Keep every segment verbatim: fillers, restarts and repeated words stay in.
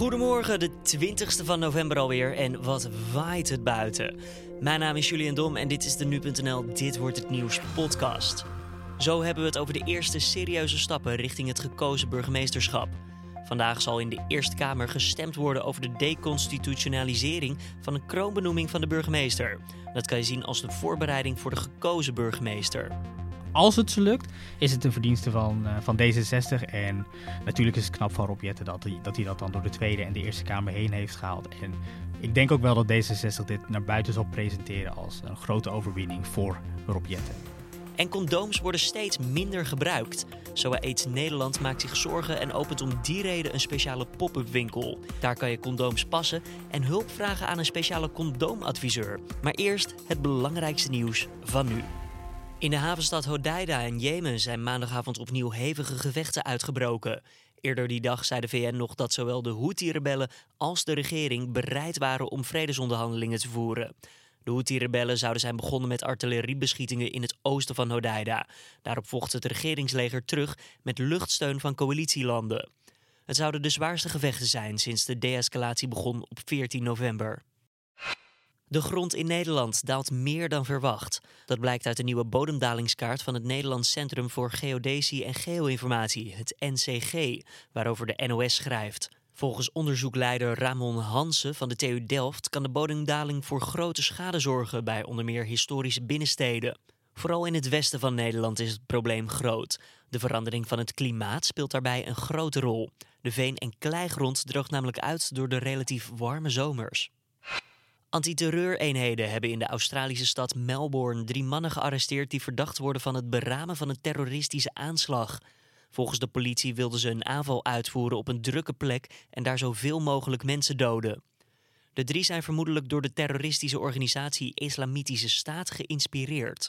Goedemorgen, de twintigste van november alweer en wat waait het buiten. Mijn naam is Julian Dom en dit is de nu punt n l Dit Wordt Het Nieuws podcast. Zo hebben we het over de eerste serieuze stappen richting het gekozen burgemeesterschap. Vandaag zal in de Eerste Kamer gestemd worden over de deconstitutionalisering van een kroonbenoeming van de burgemeester. Dat kan je zien als de voorbereiding voor de gekozen burgemeester. Als het ze lukt, is het een verdienste van, uh, van D zesenzestig. En natuurlijk is het knap van Rob Jetten dat hij, dat hij dat dan door de Tweede en de Eerste Kamer heen heeft gehaald. En ik denk ook wel dat D zesenzestig dit naar buiten zal presenteren als een grote overwinning voor Rob Jetten. En condooms worden steeds minder gebruikt. SOA-AIDS Nederland maakt zich zorgen en opent om die reden een speciale pop-up winkel. Daar kan je condooms passen en hulp vragen aan een speciale condoomadviseur. Maar eerst het belangrijkste nieuws van nu. In de havenstad Hodeida in Jemen zijn maandagavond opnieuw hevige gevechten uitgebroken. Eerder die dag zei de V N nog dat zowel de Houthi-rebellen als de regering bereid waren om vredesonderhandelingen te voeren. De Houthi-rebellen zouden zijn begonnen met artilleriebeschietingen in het oosten van Hodeida. Daarop vocht het regeringsleger terug met luchtsteun van coalitielanden. Het zouden de zwaarste gevechten zijn sinds de de-escalatie begon op veertien november. De grond in Nederland daalt meer dan verwacht. Dat blijkt uit de nieuwe bodemdalingskaart van het Nederlands Centrum voor Geodesie en Geoinformatie, het N C G, waarover de N O S schrijft. Volgens onderzoekleider Ramon Hansen van de T U Delft kan de bodemdaling voor grote schade zorgen bij onder meer historische binnensteden. Vooral in het westen van Nederland is het probleem groot. De verandering van het klimaat speelt daarbij een grote rol. De veen- en kleigrond droogt namelijk uit door de relatief warme zomers. Antiterreureenheden hebben in de Australische stad Melbourne drie mannen gearresteerd die verdacht worden van het beramen van een terroristische aanslag. Volgens de politie wilden ze een aanval uitvoeren op een drukke plek en daar zoveel mogelijk mensen doden. De drie zijn vermoedelijk door de terroristische organisatie Islamitische Staat geïnspireerd.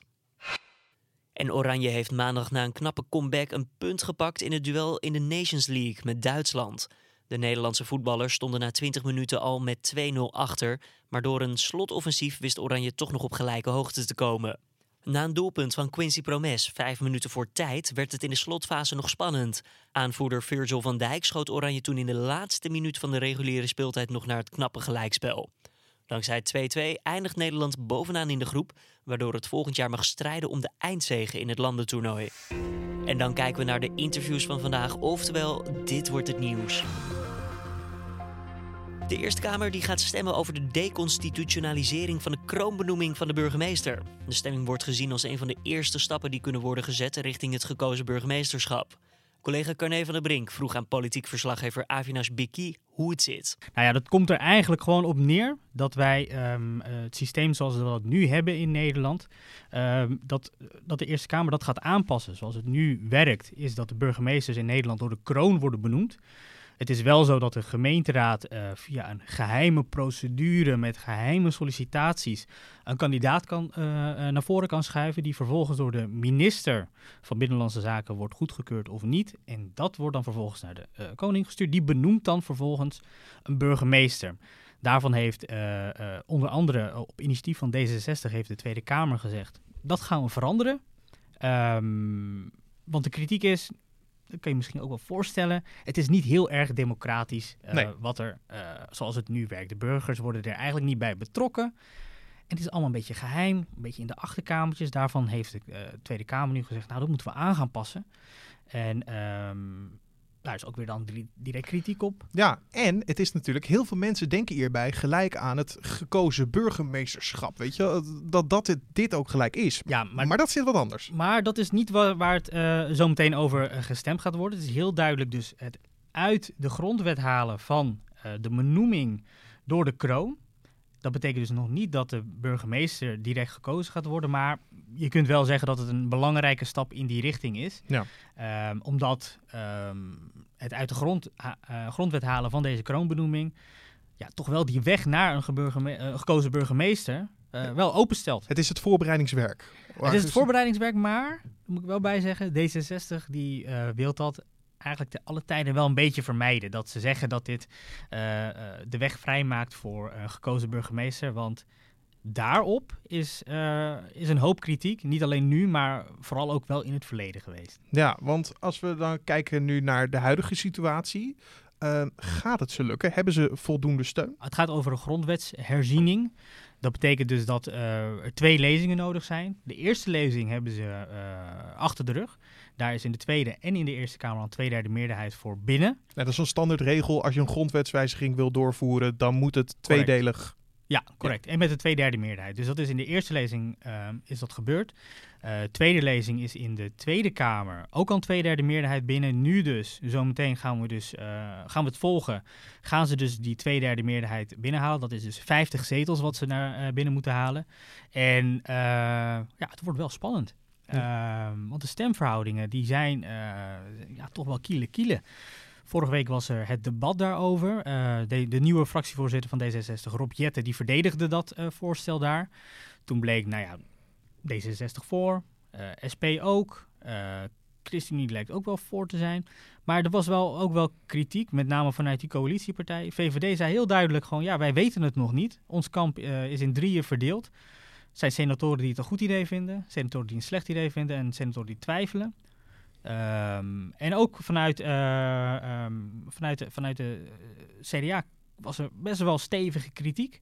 En Oranje heeft maandag na een knappe comeback een punt gepakt in het duel in de Nations League met Duitsland. De Nederlandse voetballers stonden na twintig minuten al met twee nul achter, maar door een slotoffensief wist Oranje toch nog op gelijke hoogte te komen. Na een doelpunt van Quincy Promes, vijf minuten voor tijd, werd het in de slotfase nog spannend. Aanvoerder Virgil van Dijk schoot Oranje toen in de laatste minuut van de reguliere speeltijd nog naar het knappe gelijkspel. Dankzij twee-twee eindigt Nederland bovenaan in de groep, waardoor het volgend jaar mag strijden om de eindzege in het landentoernooi. En dan kijken we naar de interviews van vandaag, oftewel Dit Wordt Het Nieuws. De Eerste Kamer die gaat stemmen over de deconstitutionalisering van de kroonbenoeming van de burgemeester. De stemming wordt gezien als een van de eerste stappen die kunnen worden gezet richting het gekozen burgemeesterschap. Collega Carne van der Brink vroeg aan politiek verslaggever Avinash Biki hoe het zit. Nou ja, dat komt er eigenlijk gewoon op neer dat wij um, het systeem zoals we het nu hebben in Nederland, um, dat, dat de Eerste Kamer dat gaat aanpassen. Zoals het nu werkt, is dat de burgemeesters in Nederland door de kroon worden benoemd. Het is wel zo dat de gemeenteraad uh, via een geheime procedure met geheime sollicitaties een kandidaat kan, uh, uh, naar voren kan schuiven die vervolgens door de minister van Binnenlandse Zaken wordt goedgekeurd of niet. En dat wordt dan vervolgens naar de uh, koning gestuurd. Die benoemt dan vervolgens een burgemeester. Daarvan heeft uh, uh, onder andere op initiatief van D zesenzestig heeft de Tweede Kamer gezegd, dat gaan we veranderen. Um, want de kritiek is, dat kan je misschien ook wel voorstellen, het is niet heel erg democratisch uh, nee. wat er, uh, zoals het nu werkt. De burgers worden er eigenlijk niet bij betrokken. En het is allemaal een beetje geheim, een beetje in de achterkamertjes. Daarvan heeft de uh, Tweede Kamer nu gezegd, nou dat moeten we aan gaan passen. En um, daar is ook weer dan direct kritiek op. Ja, en het is natuurlijk, heel veel mensen denken hierbij gelijk aan het gekozen burgemeesterschap. Weet je, dat, dat dit, dit ook gelijk is. Ja, maar, maar dat zit wat anders. Maar dat is niet waar, waar het uh, zo meteen over uh, gestemd gaat worden. Het is heel duidelijk dus het uit de grondwet halen van uh, de benoeming door de kroon. Dat betekent dus nog niet dat de burgemeester direct gekozen gaat worden, maar je kunt wel zeggen dat het een belangrijke stap in die richting is. Ja. Um, omdat um, het uit de grond, uh, grondwet halen van deze kroonbenoeming ja, toch wel die weg naar een geburgeme- uh, gekozen burgemeester uh, ja. wel openstelt. Het is het voorbereidingswerk. Het is het voorbereidingswerk, maar, daar moet ik wel bij zeggen, D zesenzestig die uh, wil dat eigenlijk te alle tijden wel een beetje vermijden. Dat ze zeggen dat dit uh, uh, de weg vrijmaakt voor een gekozen burgemeester. Want daarop is, uh, is een hoop kritiek. Niet alleen nu, maar vooral ook wel in het verleden geweest. Ja, want als we dan kijken nu naar de huidige situatie. Uh, gaat het ze lukken? Hebben ze voldoende steun? Het gaat over een grondwetsherziening. Dat betekent dus dat uh, er twee lezingen nodig zijn. De eerste lezing hebben ze uh, achter de rug. Daar is in de Tweede en in de Eerste Kamer een tweederde meerderheid voor binnen. Ja, dat is een standaardregel. Als je een grondwetswijziging wil doorvoeren, dan moet het tweedelig... Correct. Ja, correct. Ja. En met een tweederde meerderheid. Dus dat is in de eerste lezing uh, is dat gebeurd. Uh, tweede lezing is in de Tweede Kamer ook al een tweederde meerderheid binnen. Nu dus, zometeen gaan we dus uh, gaan we het volgen. Gaan ze dus die tweederde meerderheid binnenhalen. Dat is dus vijftig zetels wat ze naar uh, binnen moeten halen. En uh, ja, het wordt wel spannend. Ja. Uh, want de stemverhoudingen die zijn uh, ja, toch wel kiele kiele. Vorige week was er het debat daarover. Uh, de, de nieuwe fractievoorzitter van D zesenzestig, Rob Jetten, die verdedigde dat uh, voorstel daar. Toen bleek, nou ja, D zesenzestig voor, uh, S P ook, uh, ChristenUnie lijkt ook wel voor te zijn. Maar er was wel ook wel kritiek, met name vanuit die coalitiepartij. V V D zei heel duidelijk gewoon, ja, wij weten het nog niet. Ons kamp uh, is in drieën verdeeld. Er zijn senatoren die het een goed idee vinden, senatoren die een slecht idee vinden en senatoren die twijfelen. Um, en ook vanuit, uh, um, vanuit, de, vanuit de C D A was er best wel stevige kritiek.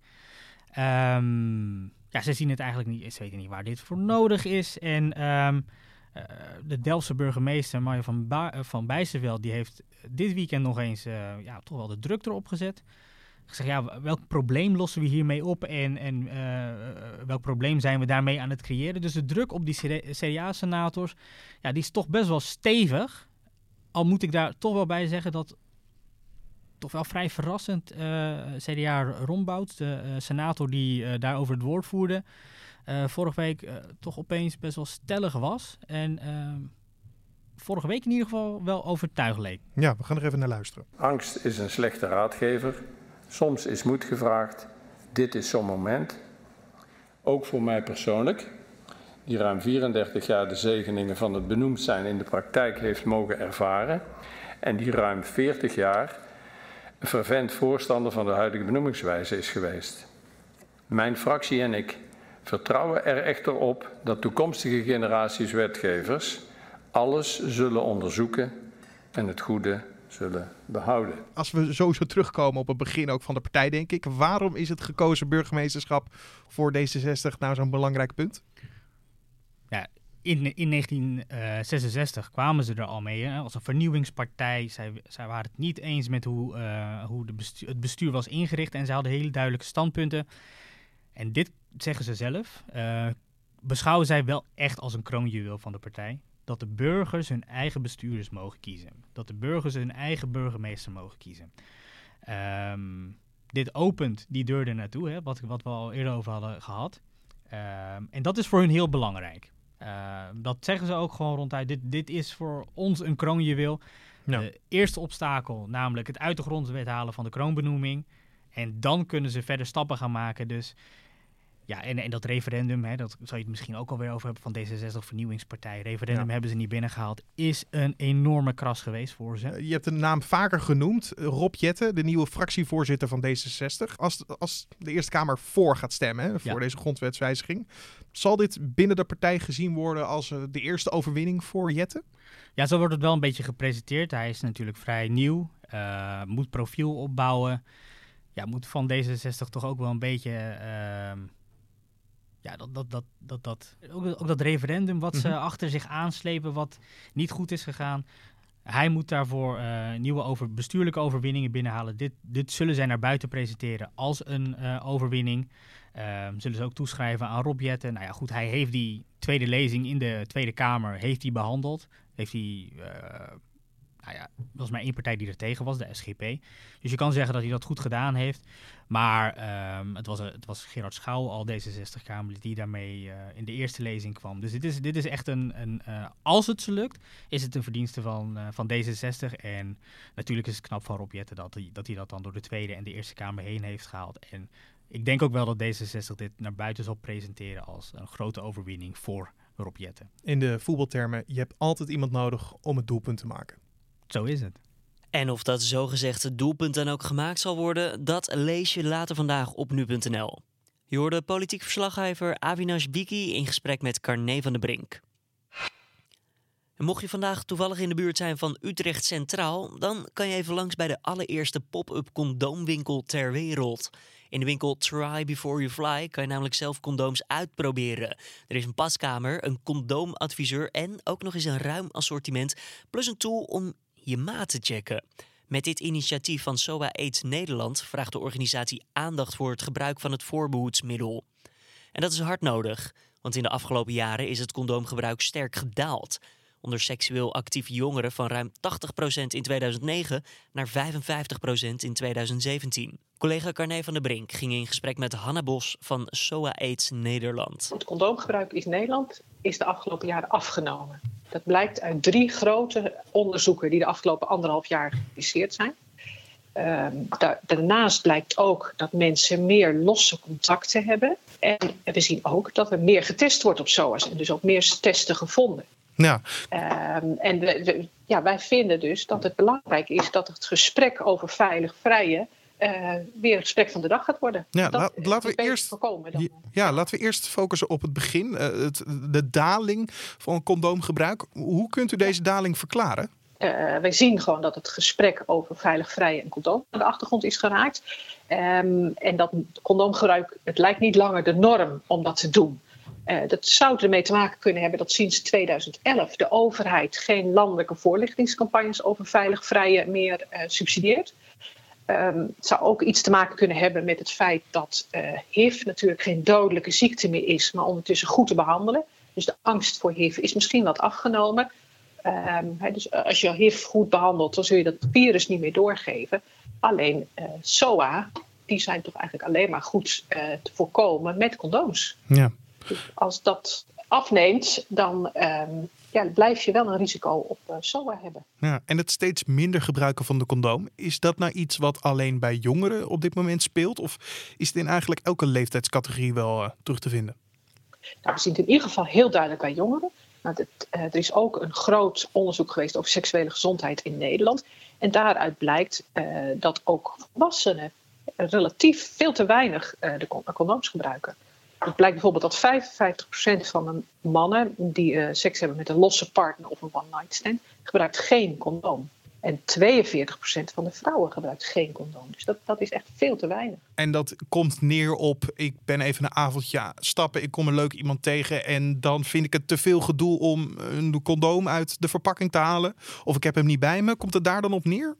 Um, ja, ze zien het eigenlijk niet, ze weten niet waar dit voor nodig is. En um, uh, de Delftse burgemeester Marjo van, ba- van Bijsterveld, die heeft dit weekend nog eens uh, ja, toch wel de druk erop gezet. Gezegd, ja, welk probleem lossen we hiermee op en, en uh, welk probleem zijn we daarmee aan het creëren? Dus de druk op die C D A-senators, ja, die is toch best wel stevig. Al moet ik daar toch wel bij zeggen dat toch wel vrij verrassend uh, C D A Rombout, de uh, senator die uh, daarover het woord voerde, uh, vorige week uh, toch opeens best wel stellig was. En uh, vorige week in ieder geval wel overtuigd leek. Ja, we gaan er even naar luisteren. Angst is een slechte raadgever. Soms is moed gevraagd. Dit is zo'n moment. Ook voor mij persoonlijk, die ruim vierendertig jaar de zegeningen van het benoemd zijn in de praktijk heeft mogen ervaren en die ruim veertig jaar een fervent voorstander van de huidige benoemingswijze is geweest. Mijn fractie en ik vertrouwen er echter op dat toekomstige generaties wetgevers alles zullen onderzoeken en het goede zullen behouden. Als we sowieso terugkomen op het begin ook van de partij, denk ik, waarom is het gekozen burgemeesterschap voor D zesenzestig nou zo'n belangrijk punt? Ja, in, in negentien zesenzestig kwamen ze er al mee, hè, als een vernieuwingspartij. Zij, zij waren het niet eens met hoe, uh, hoe de bestuur, het bestuur was ingericht en ze hadden hele duidelijke standpunten. En dit zeggen ze zelf, uh, beschouwen zij wel echt als een kroonjuweel van de partij. Dat de burgers hun eigen bestuurders mogen kiezen. Dat de burgers hun eigen burgemeester mogen kiezen. Um, dit opent die deur er naartoe, hè, wat, wat we al eerder over hadden gehad. Um, en dat is voor hun heel belangrijk. Uh, dat zeggen ze ook gewoon ronduit. Dit, dit is voor ons een kroonjuweel. Ja. De eerste obstakel, namelijk het uit de grondwet halen van de kroonbenoeming. En dan kunnen ze verder stappen gaan maken. Dus ja, en, en dat referendum, hè, dat zou je het misschien ook alweer over hebben van D zesenzestig Vernieuwingspartij. Referendum ja. hebben ze niet binnengehaald. Is een enorme kras geweest voor ze. Je hebt de naam vaker genoemd. Rob Jetten, de nieuwe fractievoorzitter van D zesenzestig. Als, als de Eerste Kamer voor gaat stemmen hè, voor ja. deze grondwetswijziging. Zal dit binnen de partij gezien worden als uh, de eerste overwinning voor Jetten? Ja, zo wordt het wel een beetje gepresenteerd. Hij is natuurlijk vrij nieuw. Uh, moet profiel opbouwen. Ja, moet van D zesenzestig toch ook wel een beetje Uh, Ja, dat, dat, dat, dat, dat, ook, ook dat referendum wat ze mm-hmm. achter zich aanslepen, wat niet goed is gegaan. Hij moet daarvoor uh, nieuwe over, bestuurlijke overwinningen binnenhalen. Dit, dit zullen zij naar buiten presenteren als een uh, overwinning. Uh, zullen ze ook toeschrijven aan Rob Jetten. Nou ja, goed, hij heeft die tweede lezing in de Tweede Kamer heeft hij behandeld. Heeft hij, uh, nou ja, er was maar één partij die er tegen was, de S G P. Dus je kan zeggen dat hij dat goed gedaan heeft. Maar um, het, was, het was Gerard Schouw, al D zesenzestig-Kamerlid, die daarmee uh, in de eerste lezing kwam. Dus dit is, dit is echt een, een uh, als het ze lukt, is het een verdienste van, uh, van D zesenzestig. En natuurlijk is het knap van Rob Jetten dat hij, dat hij dat dan door de Tweede en de Eerste Kamer heen heeft gehaald. En ik denk ook wel dat D zesenzestig dit naar buiten zal presenteren als een grote overwinning voor Rob Jetten. In de voetbaltermen, je hebt altijd iemand nodig om het doelpunt te maken. Zo is het. En of dat zogezegde doelpunt dan ook gemaakt zal worden, dat lees je later vandaag op nu punt n l. Je hoorde politiek verslaggever Avinash Biki in gesprek met Carne van der Brink. En mocht je vandaag toevallig in de buurt zijn van Utrecht Centraal, dan kan je even langs bij de allereerste pop-up condoomwinkel ter wereld. In de winkel Try Before You Fly kan je namelijk zelf condooms uitproberen. Er is een paskamer, een condoomadviseur en ook nog eens een ruim assortiment, plus een tool om je maat te checken. Met dit initiatief van S O A AIDS Nederland vraagt de organisatie aandacht voor het gebruik van het voorbehoedsmiddel. En dat is hard nodig, want in de afgelopen jaren is het condoomgebruik sterk gedaald. Onder seksueel actieve jongeren van ruim tachtig procent in tweeduizend negen naar vijfenvijftig procent in tweeduizend zeventien. Collega Carné van der Brink ging in gesprek met Hanna Bos van S O A AIDS Nederland. Het condoomgebruik in Nederland is de afgelopen jaren afgenomen. Dat blijkt uit drie grote onderzoeken die de afgelopen anderhalf jaar gepubliceerd zijn. Uh, da- daarnaast blijkt ook dat mensen meer losse contacten hebben. En we zien ook dat er meer getest wordt op S O A's en dus ook meer testen gevonden. Ja. Um, en we, we, ja, wij vinden dus dat het belangrijk is dat het gesprek over veilig vrijen uh, weer een gesprek van de dag gaat worden. Ja, dat, la- laten we eerst voorkomen dan. Ja, laten we eerst focussen op het begin, uh, het, de daling van condoomgebruik. Hoe kunt u deze daling verklaren? Uh, wij zien gewoon dat het gesprek over veilig vrijen en condoom aan de achtergrond is geraakt. Um, en dat condoomgebruik, het lijkt niet langer de norm om dat te doen. Uh, dat zou ermee te maken kunnen hebben dat sinds tweeduizend elf de overheid geen landelijke voorlichtingscampagnes over veilig vrijen meer uh, subsidieert. Um, het zou ook iets te maken kunnen hebben met het feit dat uh, H I V natuurlijk geen dodelijke ziekte meer is, maar ondertussen goed te behandelen. Dus de angst voor H I V is misschien wat afgenomen. Um, he, dus als je H I V goed behandelt, dan zul je dat virus niet meer doorgeven. Alleen uh, S O A, die zijn toch eigenlijk alleen maar goed uh, te voorkomen met condooms. Ja. Dus als dat afneemt, dan um, ja, blijf je wel een risico op uh, S O A hebben. Ja, en het steeds minder gebruiken van de condoom. Is dat nou iets wat alleen bij jongeren op dit moment speelt? Of is het in eigenlijk elke leeftijdscategorie wel uh, terug te vinden? Nou, we zien het in ieder geval heel duidelijk bij jongeren. Nou, het, uh, er is ook een groot onderzoek geweest over seksuele gezondheid in Nederland. En daaruit blijkt uh, dat ook volwassenen relatief veel te weinig uh, de condooms gebruiken. Het blijkt bijvoorbeeld dat vijfenvijftig procent van de mannen die uh, seks hebben met een losse partner of een one-night stand gebruikt geen condoom. En tweeënveertig procent van de vrouwen gebruikt geen condoom. Dus dat, dat is echt veel te weinig. En dat komt neer op, ik ben even een avondje stappen, ik kom een leuk iemand tegen en dan vind ik het te veel gedoe om een condoom uit de verpakking te halen. Of ik heb hem niet bij me. Komt het daar dan op neer?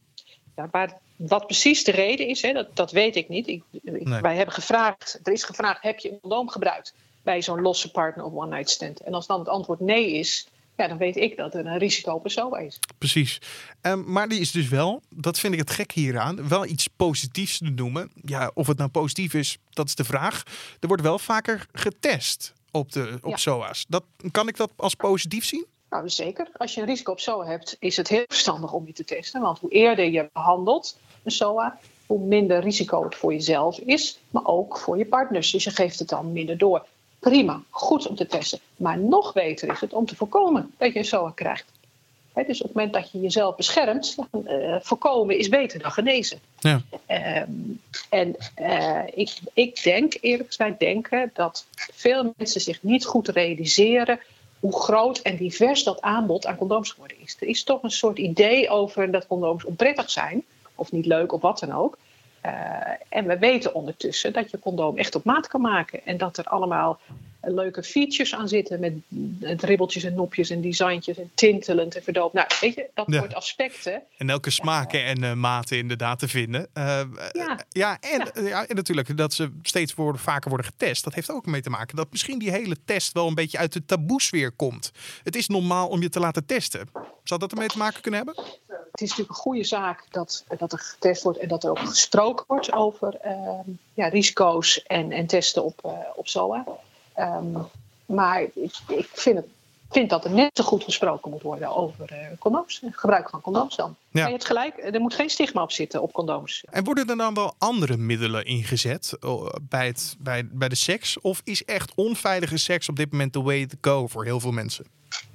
Ja, maar wat precies de reden is, hè, dat, dat weet ik niet. Ik, ik, Nee. Wij hebben gevraagd, er is gevraagd, heb je een condoom gebruikt bij zo'n losse partner of one-night stand? En als dan het antwoord nee is, ja, dan weet ik dat er een risico op een S O A is. Precies. Um, maar die is dus wel, dat vind ik het gek hieraan, wel iets positiefs te noemen. Ja, of het nou positief is, dat is de vraag. Er wordt wel vaker getest op, de, op Ja. S O A's. Dat, kan ik dat als positief zien? Nou, zeker. Als je een risico op S O A hebt, is het heel verstandig om je te testen. Want hoe eerder je behandelt een S O A, hoe minder risico het voor jezelf is, maar ook voor je partners. Dus je geeft het dan minder door. Prima, goed om te testen. Maar nog beter is het om te voorkomen dat je een S O A krijgt. He, dus op het moment dat je jezelf beschermt, dan, uh, voorkomen is beter dan genezen. Ja. Um, en uh, ik, ik denk, eerlijk gezegd, denken dat veel mensen zich niet goed realiseren hoe groot en divers dat aanbod aan condooms geworden is. Er is toch een soort idee over dat condooms onprettig zijn, of niet leuk of wat dan ook. Uh, en we weten ondertussen dat je condoom echt op maat kan maken. En dat er allemaal leuke features aan zitten met dribbeltjes en nopjes en designtjes en tintelend en verdoofd. Nou, weet je, dat Ja. soort aspecten. En elke smaken en uh, maten inderdaad te vinden. Uh, Ja. ja, en, Ja. uh, ja, en natuurlijk dat ze steeds worden, vaker worden getest. Dat heeft ook mee te maken dat misschien die hele test wel een beetje uit de taboesfeer komt. Het is normaal om je te laten testen. Zou dat ermee te maken kunnen hebben? Het is natuurlijk een goede zaak dat, dat er getest wordt en dat er ook gesproken wordt over uh, ja, risico's en, en testen op, uh, op S O A. Um, maar ik, ik vind, het, vind dat er net zo goed gesproken moet worden over uh, condooms. Gebruik van condooms dan. Ja. Maar je hebt gelijk, er moet geen stigma op zitten op condooms. En worden er dan wel andere middelen ingezet uh, bij, het, bij, bij de seks? Of is echt onveilige seks op dit moment the way to go voor heel veel mensen?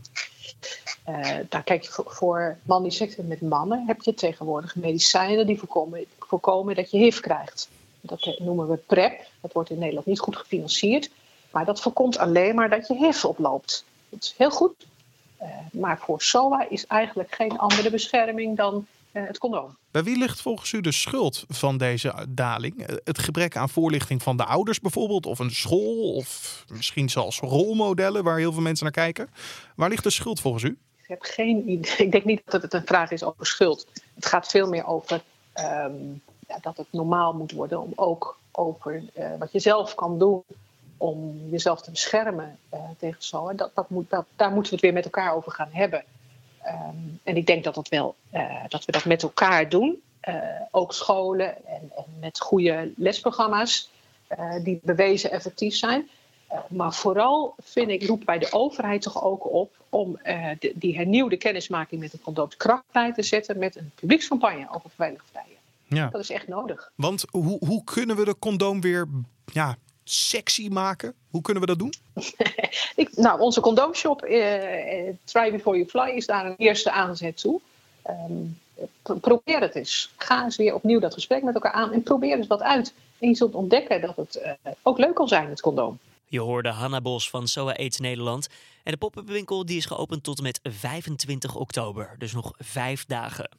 Uh, nou, kijk, voor, voor mannen die seks hebben met mannen heb je tegenwoordig medicijnen die voorkomen, voorkomen dat je H I V krijgt. Dat noemen we PrEP. Dat wordt in Nederland niet goed gefinancierd. Maar dat voorkomt alleen maar dat je H I V oploopt. Dat is heel goed. Uh, maar voor S O A is eigenlijk geen andere bescherming dan uh, het condoom. Bij wie ligt volgens u de schuld van deze daling? Het gebrek aan voorlichting van de ouders bijvoorbeeld? Of een school? Of misschien zelfs rolmodellen waar heel veel mensen naar kijken? Waar ligt de schuld volgens u? Ik heb geen idee. Ik denk niet dat het een vraag is over schuld. Het gaat veel meer over um, ja, dat het normaal moet worden om ook over uh, wat je zelf kan doen om jezelf te beschermen uh, tegen S O A. Dat, dat moet, dat, daar moeten we het weer met elkaar over gaan hebben. Um, en ik denk dat, dat, wel, uh, dat we dat met elkaar doen. Uh, ook scholen en, en met goede lesprogramma's uh, die bewezen effectief zijn. Uh, maar vooral vind ik, roepen wij de overheid toch ook op om uh, de, die hernieuwde kennismaking met het condoom kracht bij te zetten met een publiekscampagne over veilig vrijen. Ja. Dat is echt nodig. Want hoe, hoe kunnen we de condoom weer ja, sexy maken? Hoe kunnen we dat doen? ik, nou, onze condoomshop, uh, uh, Try Before You Fly, is daar een eerste aanzet toe. Um, pro- probeer het eens. Ga eens weer opnieuw dat gesprek met elkaar aan en probeer eens wat uit. En je zult ontdekken dat het uh, ook leuk kan zijn, het condoom. Je hoorde Hanna Bos van S O A AIDS Nederland. En de pop-up winkel die is geopend tot en met vijfentwintig oktober. Dus nog vijf dagen.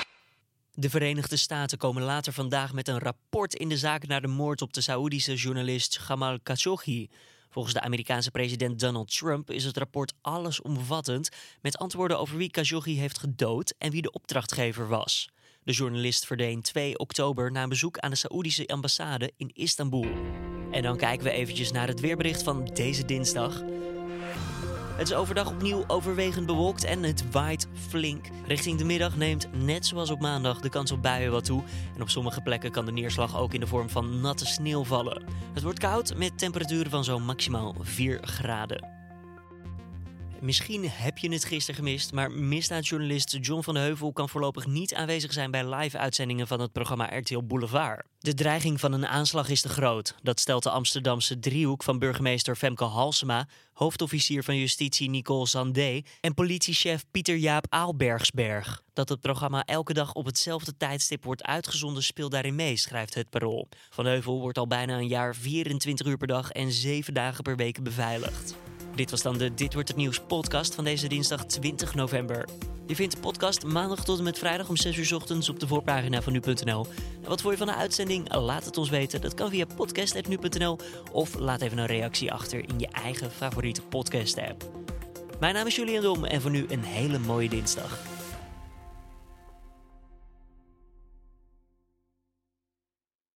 De Verenigde Staten komen later vandaag met een rapport in de zaak naar de moord op de Saoedische journalist Jamal Khashoggi. Volgens de Amerikaanse president Donald Trump is het rapport allesomvattend met antwoorden over wie Khashoggi heeft gedood en wie de opdrachtgever was. De journalist verdween twee oktober na een bezoek aan de Saoedische ambassade in Istanbul. En dan kijken we eventjes naar het weerbericht van deze dinsdag. Het is overdag opnieuw overwegend bewolkt en het waait flink. Richting de middag neemt, net zoals op maandag, de kans op buien wat toe. En op sommige plekken kan de neerslag ook in de vorm van natte sneeuw vallen. Het wordt koud met temperaturen van zo'n maximaal vier graden. Misschien heb je het gisteren gemist, maar misdaadjournalist John van de Heuvel kan voorlopig niet aanwezig zijn bij live-uitzendingen van het programma R T L Boulevard. De dreiging van een aanslag is te groot. Dat stelt de Amsterdamse driehoek van burgemeester Femke Halsema, hoofdofficier van justitie Nicole Zandé en politiechef Pieter-Jaap Aalbergsberg. Dat het programma elke dag op hetzelfde tijdstip wordt uitgezonden speelt daarin mee, schrijft het Parool. Van Heuvel wordt al bijna een jaar vierentwintig uur per dag en zeven dagen per week beveiligd. Dit was dan de Dit Wordt Het Nieuws podcast van deze dinsdag twintig november. Je vindt de podcast maandag tot en met vrijdag om zes uur 's ochtends op de voorpagina van nu punt n l. En wat vond je van de uitzending? Laat het ons weten. Dat kan via podcast punt nu punt n l of laat even een reactie achter in je eigen favoriete podcast app. Mijn naam is Julian Dom en voor nu een hele mooie dinsdag.